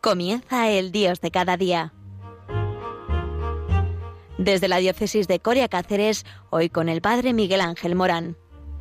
Comienza el Dios de cada día. Desde la diócesis de Coria Cáceres, hoy con el padre Miguel Ángel Morán.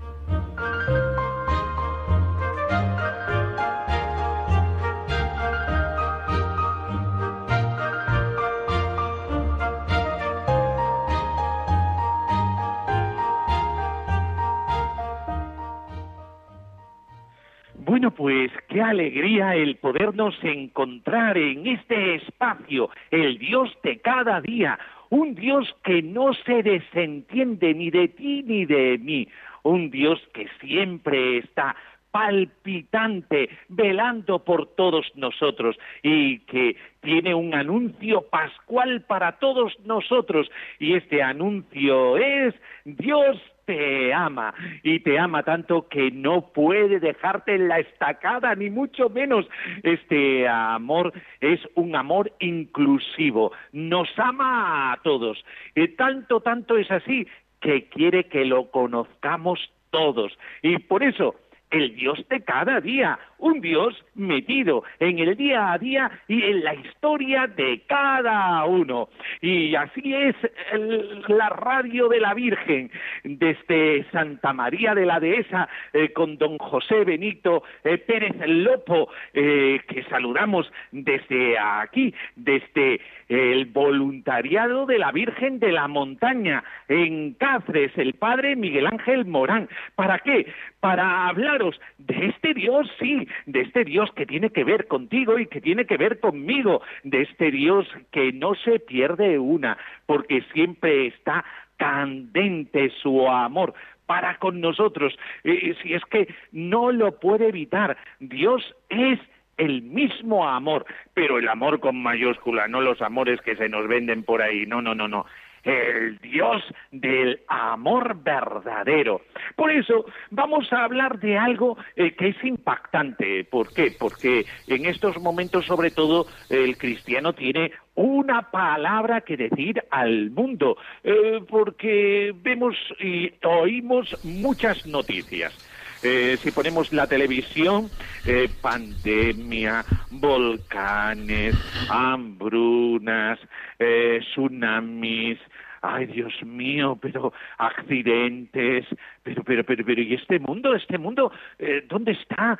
Bueno, pues qué alegría el podernos encontrar en este espacio, el Dios de cada día, un Dios que no se desentiende ni de ti ni de mí, un Dios que siempre está palpitante, velando por todos nosotros y que tiene un anuncio pascual para todos nosotros, y este anuncio es: Dios te ama, y te ama tanto que no puede dejarte en la estacada, ni mucho menos. Este amor es un amor inclusivo, nos ama a todos, y tanto es así que quiere que lo conozcamos todos, y por eso el Dios de cada día, un Dios metido en el día a día y en la historia de cada uno. Y así es la radio de la Virgen, desde Santa María de la Dehesa, con don José Benito Pérez Lopo, que saludamos desde aquí, desde el voluntariado de la Virgen de la Montaña, en Cáceres, el padre Miguel Ángel Morán. ¿Para qué? Para hablaros de este Dios, sí, de este Dios que tiene que ver contigo y que tiene que ver conmigo, de este Dios que no se pierde una, porque siempre está candente su amor para con nosotros, si es que no lo puede evitar. Dios es el mismo amor, pero el amor con mayúscula, no los amores que se nos venden por ahí, no. El Dios del amor verdadero. Por eso vamos a hablar de algo que es impactante. ¿Por qué? Porque en estos momentos, sobre todo, el cristiano tiene una palabra que decir al mundo, porque vemos y oímos muchas noticias. Si ponemos la televisión, pandemia, volcanes, hambrunas, tsunamis, ay Dios mío, pero accidentes, pero ¿y este mundo, dónde está?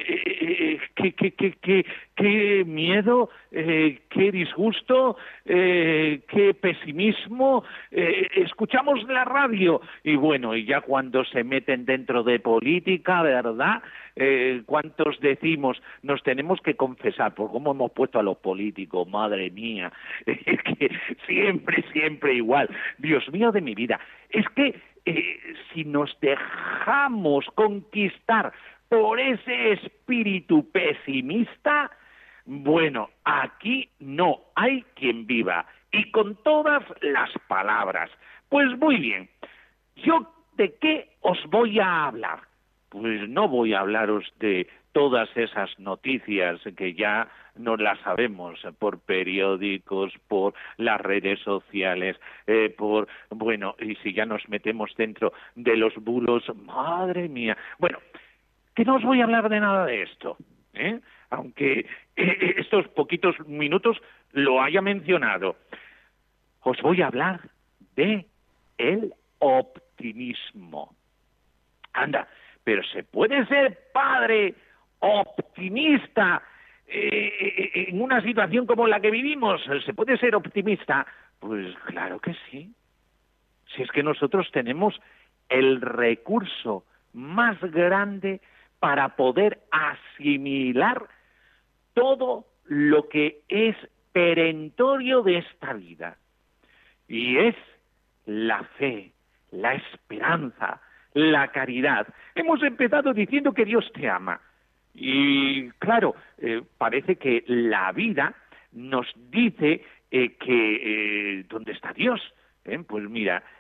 ¿Qué miedo, qué disgusto, qué pesimismo? Escuchamos la radio y bueno, y ya cuando se meten dentro de política, ¿verdad? ¿Cuántos decimos nos tenemos que confesar por cómo hemos puesto a los políticos? Madre mía, es que siempre igual. Dios mío de mi vida, es que si nos dejamos conquistar por ese espíritu pesimista, bueno, aquí no hay quien viva, y con todas las palabras. Pues muy bien, ¿yo de qué os voy a hablar? Pues no voy a hablaros de todas esas noticias que ya no las sabemos por periódicos, por las redes sociales, y si ya nos metemos dentro de los bulos, madre mía. Bueno, que no os voy a hablar de nada de esto, aunque estos poquitos minutos lo haya mencionado. Os voy a hablar de el optimismo. Anda, pero ¿se puede ser padre optimista en una situación como la que vivimos? ¿Se puede ser optimista? Pues claro que sí. Si es que nosotros tenemos el recurso más grande para poder asimilar todo lo que es perentorio de esta vida. Y es la fe, la esperanza, la caridad. Hemos empezado diciendo que Dios te ama. Y claro, parece que la vida nos dice que ¿dónde está Dios? Pues mira,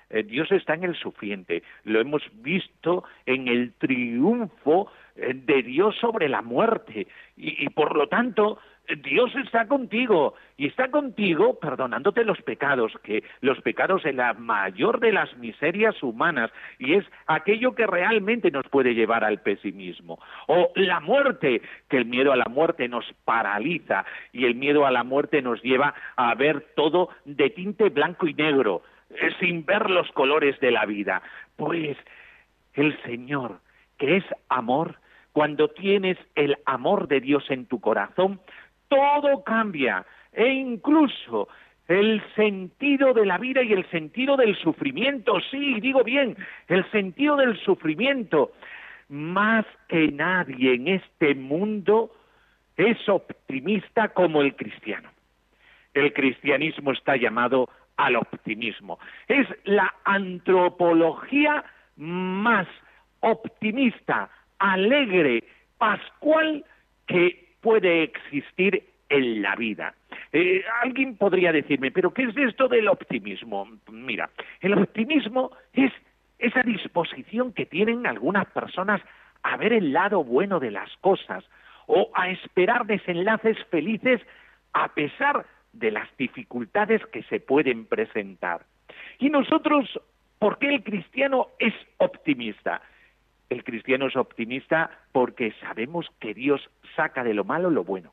Dios está en el sufriente. Lo hemos visto en el triunfo de Dios sobre la muerte. Y por lo tanto, Dios está contigo, y está contigo perdonándote los pecados, que los pecados es la mayor de las miserias humanas, y es aquello que realmente nos puede llevar al pesimismo. O la muerte, que el miedo a la muerte nos paraliza, y el miedo a la muerte nos lleva a ver todo de tinte blanco y negro, sin ver los colores de la vida. Pues el Señor, que es amor, cuando tienes el amor de Dios en tu corazón, todo cambia, e incluso el sentido de la vida y el sentido del sufrimiento, sí, digo bien, el sentido del sufrimiento. Más que nadie en este mundo es optimista como el cristiano. El cristianismo está llamado al optimismo. Es la antropología más optimista, alegre, pascual que puede existir en la vida. Alguien podría decirme, ¿pero qué es esto del optimismo? Mira, el optimismo es esa disposición que tienen algunas personas a ver el lado bueno de las cosas o a esperar desenlaces felices a pesar de las dificultades que se pueden presentar. Y nosotros, ¿por qué el cristiano es optimista? El cristiano es optimista porque sabemos que Dios saca de lo malo lo bueno.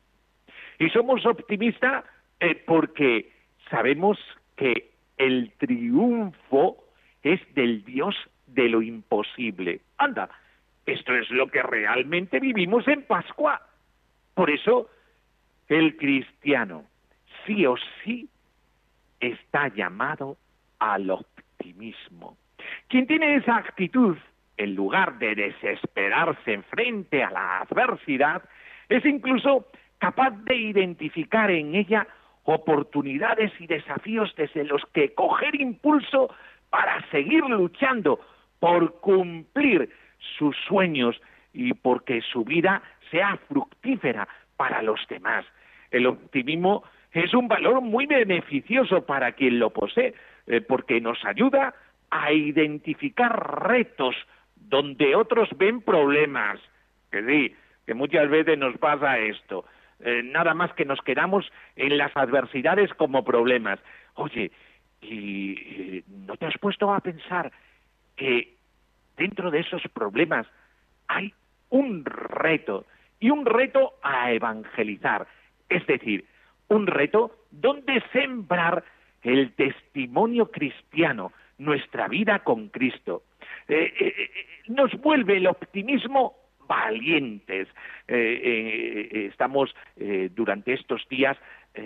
Y somos optimistas porque sabemos que el triunfo es del Dios de lo imposible. Anda, esto es lo que realmente vivimos en Pascua. Por eso, el cristiano, sí o sí, está llamado al optimismo. Quien tiene esa actitud, en lugar de desesperarse frente a la adversidad, es incluso capaz de identificar en ella oportunidades y desafíos desde los que coger impulso para seguir luchando por cumplir sus sueños y porque su vida sea fructífera para los demás. El optimismo es un valor muy beneficioso para quien lo posee, porque nos ayuda a identificar retos donde otros ven problemas. Que sí, que muchas veces nos pasa esto. Nada más que nos quedamos en las adversidades como problemas. Oye, ¿y no te has puesto a pensar que dentro de esos problemas hay un reto, y un reto a evangelizar? Es decir, un reto donde sembrar el testimonio cristiano, nuestra vida con Cristo. Nos vuelve el optimismo valientes. Estamos durante estos días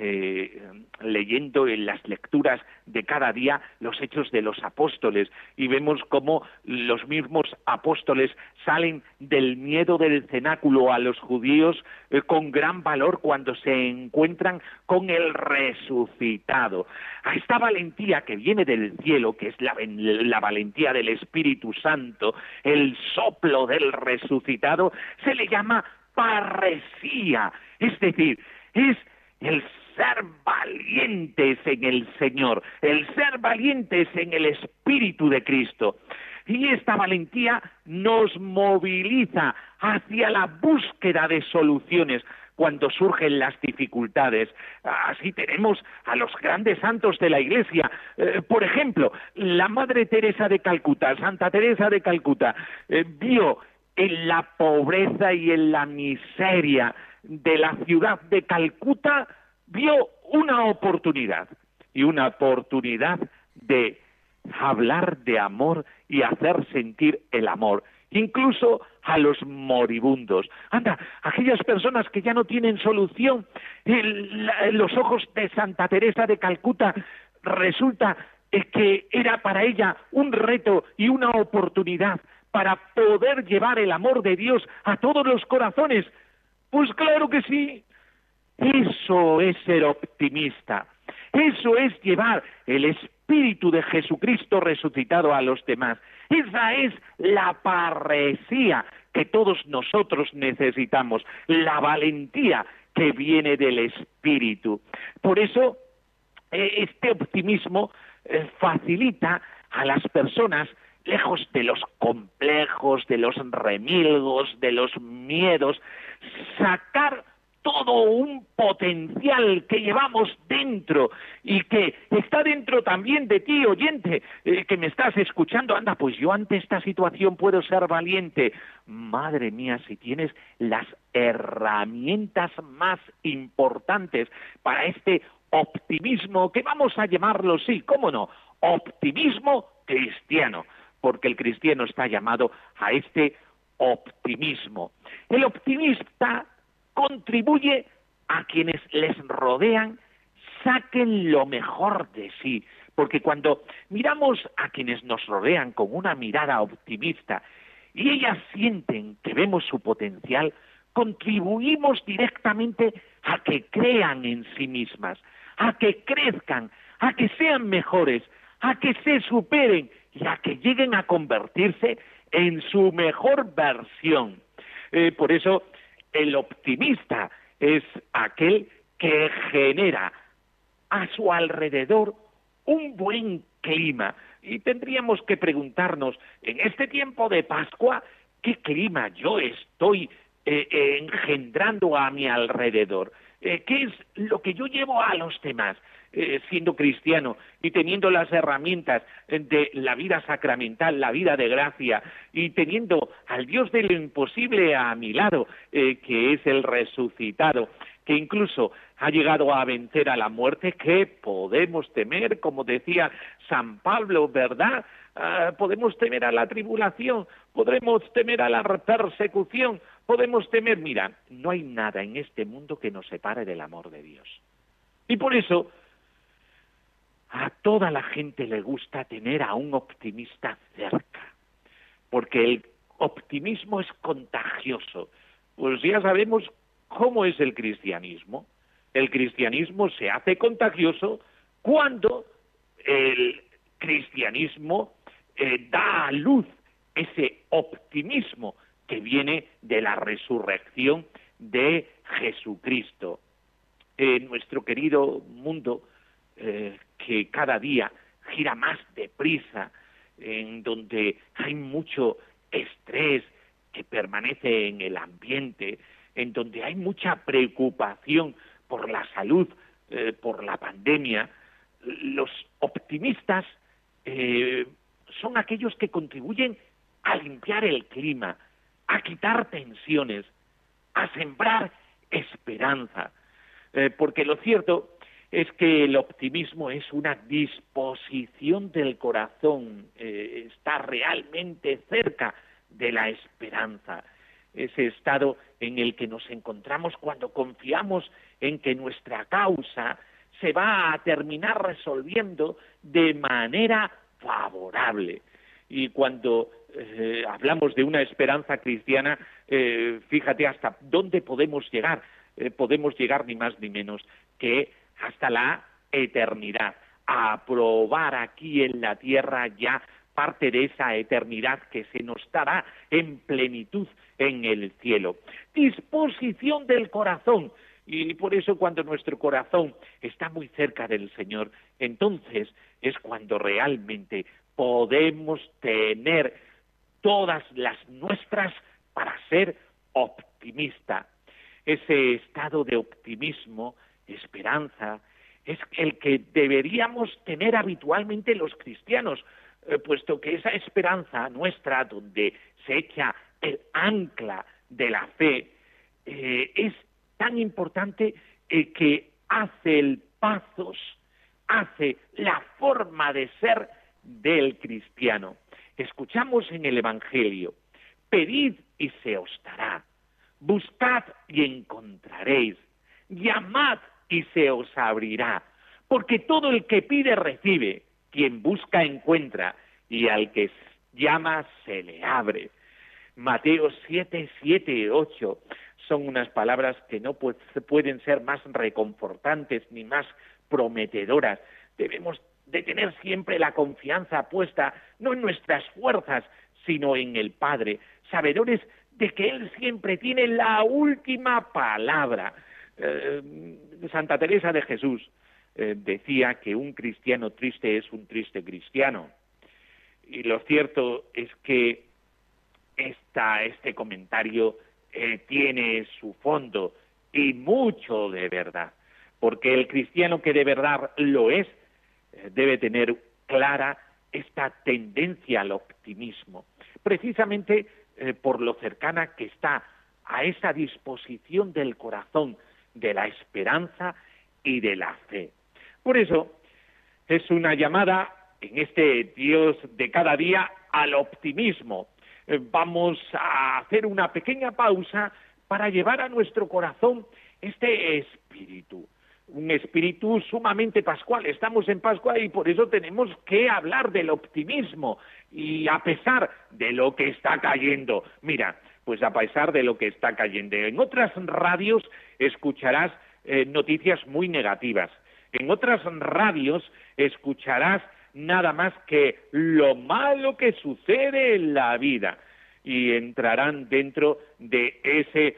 leyendo en las lecturas de cada día los hechos de los apóstoles y vemos cómo los mismos apóstoles salen del miedo del cenáculo a los judíos con gran valor cuando se encuentran con el resucitado. A esta valentía que viene del cielo, que es la valentía del Espíritu Santo, el soplo del resucitado, se le llama parresía, es decir, es el ser valientes en el Señor, el ser valientes en el Espíritu de Cristo. Y esta valentía nos moviliza hacia la búsqueda de soluciones cuando surgen las dificultades. Así tenemos a los grandes santos de la Iglesia. Por ejemplo, la Madre Teresa de Calcuta, Santa Teresa de Calcuta, vio en la pobreza y en la miseria de la ciudad de Calcuta, vio una oportunidad, y una oportunidad de hablar de amor y hacer sentir el amor, incluso a los moribundos. Anda, aquellas personas que ya no tienen solución, los ojos de Santa Teresa de Calcuta resulta que era para ella un reto y una oportunidad para poder llevar el amor de Dios a todos los corazones. Pues claro que sí. Eso es ser optimista. Eso es llevar el Espíritu de Jesucristo resucitado a los demás. Esa es la parresía que todos nosotros necesitamos, la valentía que viene del Espíritu. Por eso, este optimismo facilita a las personas, lejos de los complejos, de los remilgos, de los miedos, sacar todo un potencial que llevamos dentro y que está dentro también de ti, oyente, que me estás escuchando. Anda, pues yo ante esta situación puedo ser valiente. Madre mía, si tienes las herramientas más importantes para este optimismo, que vamos a llamarlo, sí, cómo no, optimismo cristiano, porque el cristiano está llamado a este optimismo. El optimista contribuye a quienes les rodean saquen lo mejor de sí, porque cuando miramos a quienes nos rodean con una mirada optimista y ellas sienten que vemos su potencial, contribuimos directamente a que crean en sí mismas, a que crezcan, a que sean mejores, a que se superen y a que lleguen a convertirse en su mejor versión. Por eso el optimista es aquel que genera a su alrededor un buen clima. Y tendríamos que preguntarnos, en este tiempo de Pascua, ¿qué clima yo estoy engendrando a mi alrededor? ¿Qué es lo que yo llevo a los demás? Siendo cristiano y teniendo las herramientas de la vida sacramental, la vida de gracia, y teniendo al Dios de lo imposible a mi lado, que es el resucitado, que incluso ha llegado a vencer a la muerte, ¿qué podemos temer? Como decía San Pablo, ¿verdad? Podemos temer a la tribulación, podremos temer a la persecución, podemos temer, mira, no hay nada en este mundo que nos separe del amor de Dios. Y por eso a toda la gente le gusta tener a un optimista cerca, porque el optimismo es contagioso. Pues ya sabemos cómo es el cristianismo. El cristianismo se hace contagioso cuando el cristianismo da a luz ese optimismo que viene de la resurrección de Jesucristo. En nuestro querido mundo, que cada día gira más deprisa, en donde hay mucho estrés que permanece en el ambiente, en donde hay mucha preocupación por la salud, por la pandemia, los optimistas son aquellos que contribuyen a limpiar el clima, a quitar tensiones, a sembrar esperanza, porque lo cierto es que el optimismo es una disposición del corazón, está realmente cerca de la esperanza, ese estado en el que nos encontramos cuando confiamos en que nuestra causa se va a terminar resolviendo de manera favorable. Y cuando hablamos de una esperanza cristiana, fíjate hasta dónde podemos llegar ni más ni menos que hasta la eternidad, a probar aquí en la tierra ya parte de esa eternidad que se nos dará en plenitud en el cielo. Disposición del corazón, y por eso cuando nuestro corazón está muy cerca del Señor, entonces es cuando realmente podemos tener todas las nuestras para ser optimista. Ese estado de optimismo, esperanza, es el que deberíamos tener habitualmente los cristianos, puesto que esa esperanza nuestra, donde se echa el ancla de la fe, es tan importante que hace el pathos, hace la forma de ser del cristiano. Escuchamos en el Evangelio: pedid y se os dará, buscad y encontraréis, llamad y se os abrirá, porque todo el que pide recibe, quien busca encuentra, y al que llama se le abre. Mateo 7, 7, 8 son unas palabras que no pueden ser más reconfortantes ni más prometedoras. Debemos de tener siempre la confianza puesta no en nuestras fuerzas, sino en el Padre, sabedores de que Él siempre tiene la última palabra. Santa Teresa de Jesús decía que un cristiano triste es un triste cristiano. Y lo cierto es que este comentario tiene su fondo y mucho de verdad, porque el cristiano que de verdad lo es debe tener clara esta tendencia al optimismo, precisamente por lo cercana que está a esa disposición del corazón, de la esperanza y de la fe. Por eso es una llamada en este Dios de cada día al optimismo. Vamos a hacer una pequeña pausa para llevar a nuestro corazón este espíritu, un espíritu sumamente pascual. Estamos en Pascua y por eso tenemos que hablar del optimismo, y a pesar de lo que está cayendo. Mira, pues a pesar de lo que está cayendo, en otras radios escucharás noticias muy negativas. En otras radios escucharás nada más que lo malo que sucede en la vida, y entrarán dentro de ese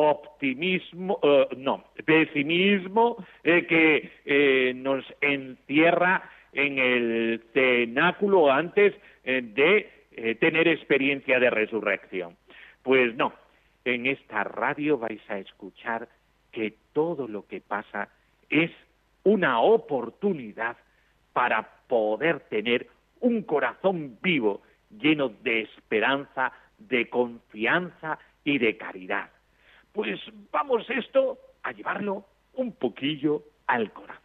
pesimismo que nos encierra en el cenáculo antes de tener experiencia de resurrección. Pues no, en esta radio vais a escuchar que todo lo que pasa es una oportunidad para poder tener un corazón vivo, lleno de esperanza, de confianza y de caridad. Pues vamos esto a llevarlo un poquillo al corazón.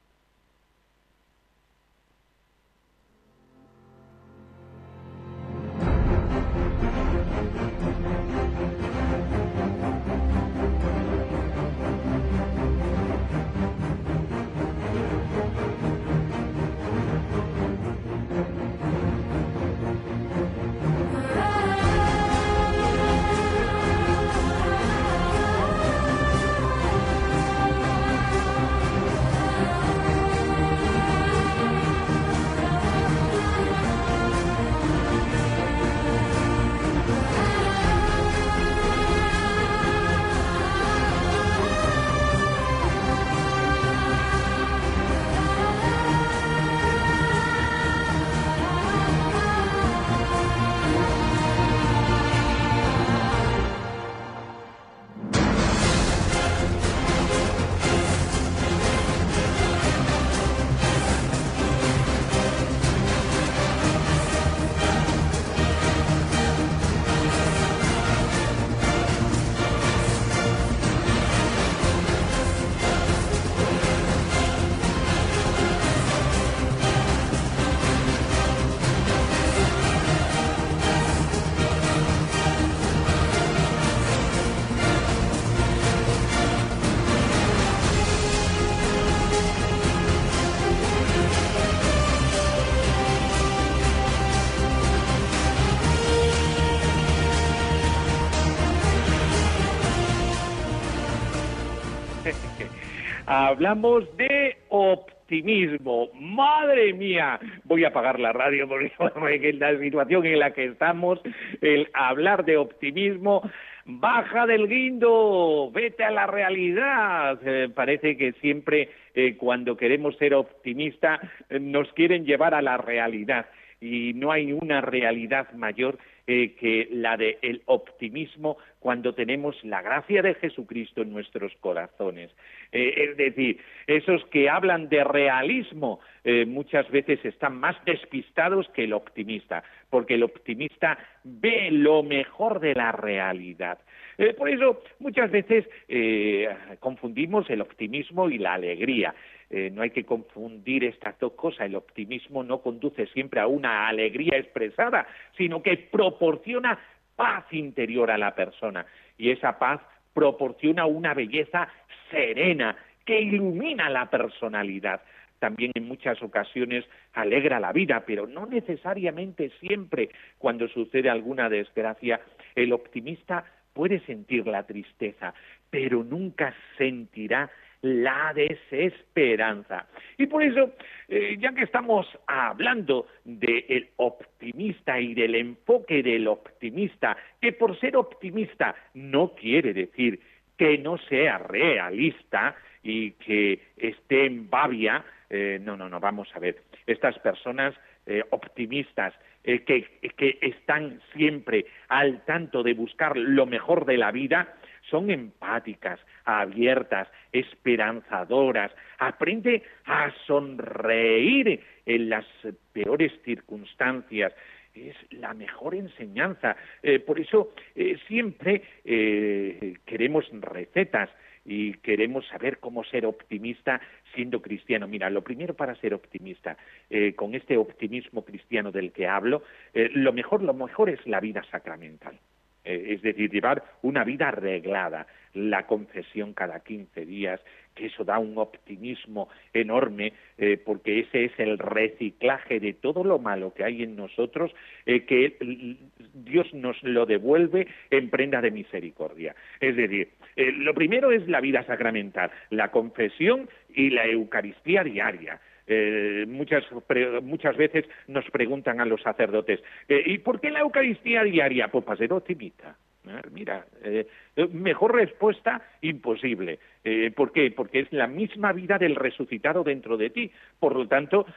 Hablamos de optimismo. ¡Madre mía! Voy a apagar la radio porque en la situación en la que estamos, el hablar de optimismo, baja del guindo, vete a la realidad. Parece que siempre cuando queremos ser optimistas nos quieren llevar a la realidad, y no hay una realidad mayor que la del optimismo cuando tenemos la gracia de Jesucristo en nuestros corazones. Es decir, esos que hablan de realismo muchas veces están más despistados que el optimista, porque el optimista ve lo mejor de la realidad. Por eso muchas veces confundimos el optimismo y la alegría. No hay que confundir estas dos cosas. El optimismo no conduce siempre a una alegría expresada, sino que proporciona paz interior a la persona, y esa paz proporciona una belleza serena que ilumina la personalidad. También en muchas ocasiones alegra la vida, pero no necesariamente siempre. Cuando sucede alguna desgracia, el optimista puede sentir la tristeza, pero nunca sentirá la desesperanza. Y por eso, ya que estamos hablando del optimista y del enfoque del optimista, que por ser optimista no quiere decir que no sea realista y que esté en babia, no, vamos a ver. Estas personas optimistas que están siempre al tanto de buscar lo mejor de la vida, son empáticas, abiertas, esperanzadoras. Aprende a sonreír en las peores circunstancias. Es la mejor enseñanza. Por eso siempre queremos recetas y queremos saber cómo ser optimista siendo cristiano. Mira, lo primero para ser optimista, con este optimismo cristiano del que hablo, lo mejor es la vida sacramental. Es decir, llevar una vida arreglada, la confesión cada 15 días, que eso da un optimismo enorme, porque ese es el reciclaje de todo lo malo que hay en nosotros, que Dios nos lo devuelve en prenda de misericordia. Es decir, lo primero es la vida sacramental, la confesión y la Eucaristía diaria. Muchas veces nos preguntan a los sacerdotes, ¿y por qué la Eucaristía diaria? Pues para ser optimista. Mira, mejor respuesta imposible. ¿Por qué? Porque es la misma vida del resucitado dentro de ti. Por lo tanto,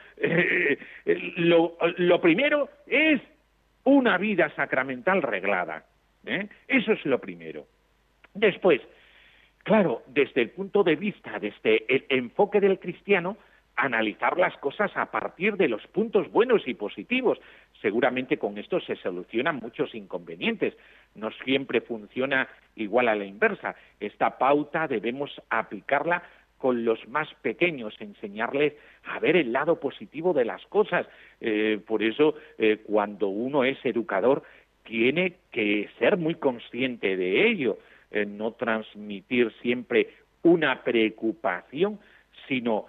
lo primero es una vida sacramental reglada. Eso es lo primero. Después, claro, desde el punto de vista, desde el enfoque del cristiano, analizar las cosas a partir de los puntos buenos y positivos. Seguramente con esto se solucionan muchos inconvenientes. No siempre funciona igual a la inversa. Esta pauta debemos aplicarla con los más pequeños, enseñarles a ver el lado positivo de las cosas. Por eso, cuando uno es educador, tiene que ser muy consciente de ello, no transmitir siempre una preocupación, sino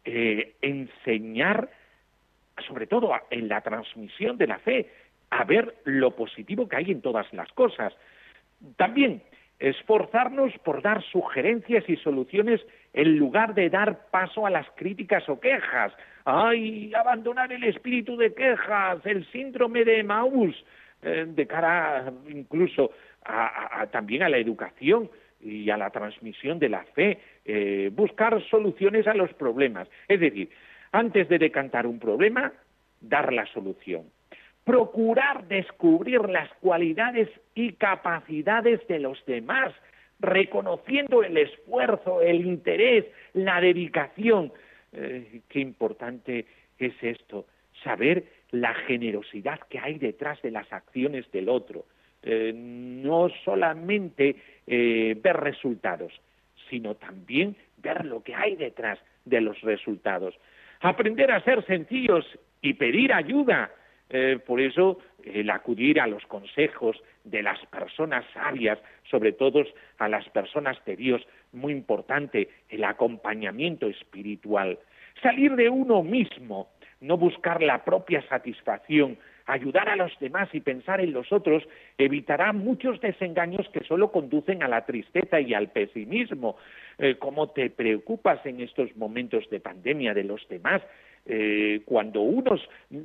enseñar, sobre todo en la transmisión de la fe, a ver lo positivo que hay en todas las cosas. También esforzarnos por dar sugerencias y soluciones en lugar de dar paso a las críticas o quejas. ¡Ay, abandonar el espíritu de quejas, el síndrome de Emaús! De cara incluso también a la educación y a la transmisión de la fe, buscar soluciones a los problemas. Es decir, antes de decantar un problema, dar la solución. Procurar descubrir las cualidades y capacidades de los demás, reconociendo el esfuerzo, el interés, la dedicación. Qué importante es esto, saber la generosidad que hay detrás de las acciones del otro. No solamente ver resultados, sino también ver lo que hay detrás de los resultados. Aprender a ser sencillos y pedir ayuda. Por eso, el acudir a los consejos de las personas sabias, sobre todo a las personas de Dios, muy importante, el acompañamiento espiritual. Salir de uno mismo, no buscar la propia satisfacción, ayudar a los demás y pensar en los otros evitará muchos desengaños que solo conducen a la tristeza y al pesimismo. ¿Cómo te preocupas en estos momentos de pandemia de los demás? Cuando uno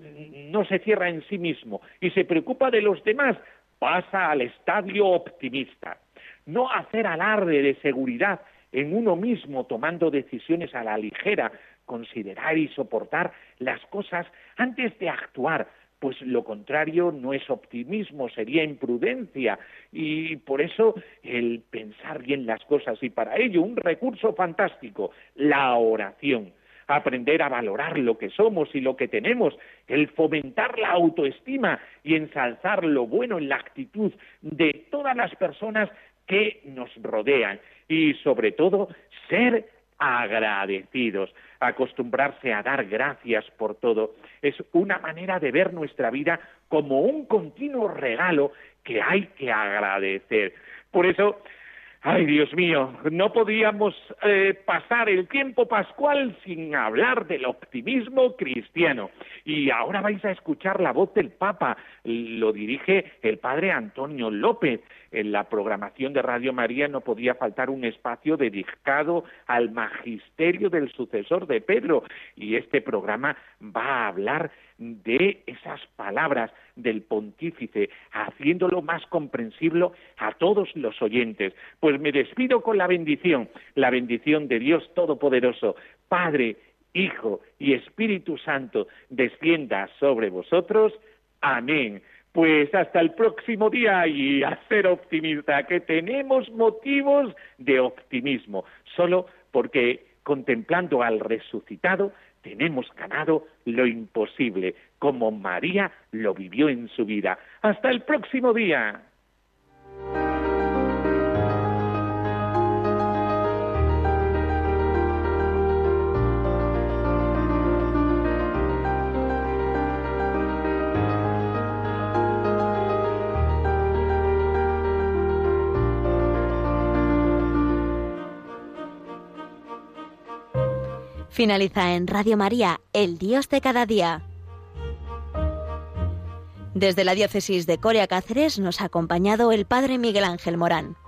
no se cierra en sí mismo y se preocupa de los demás, pasa al estadio optimista. No hacer alarde de seguridad en uno mismo tomando decisiones a la ligera, considerar y soportar las cosas antes de actuar, pues lo contrario no es optimismo, sería imprudencia, y por eso el pensar bien las cosas, y para ello un recurso fantástico, la oración. Aprender a valorar lo que somos y lo que tenemos, el fomentar la autoestima y ensalzar lo bueno en la actitud de todas las personas que nos rodean y sobre todo ser agradecidos, acostumbrarse a dar gracias por todo. Es una manera de ver nuestra vida como un continuo regalo que hay que agradecer. Por eso, ay, Dios mío, no podíamos pasar el tiempo pascual sin hablar del optimismo cristiano. Y ahora vais a escuchar la voz del Papa, lo dirige el padre Antonio López. En la programación de Radio María no podía faltar un espacio dedicado al magisterio del sucesor de Pedro. Y este programa va a hablar de esas palabras del pontífice, haciéndolo más comprensible a todos los oyentes. Pues me despido con la bendición de Dios Todopoderoso, Padre, Hijo y Espíritu Santo, descienda sobre vosotros. Amén. Pues hasta el próximo día y a ser optimista, que tenemos motivos de optimismo, solo porque contemplando al resucitado tenemos ganado lo imposible, como María lo vivió en su vida. Hasta el próximo día. Finaliza en Radio María, El Dios de cada día. Desde la Diócesis de Coria Cáceres nos ha acompañado el Padre Miguel Ángel Morán.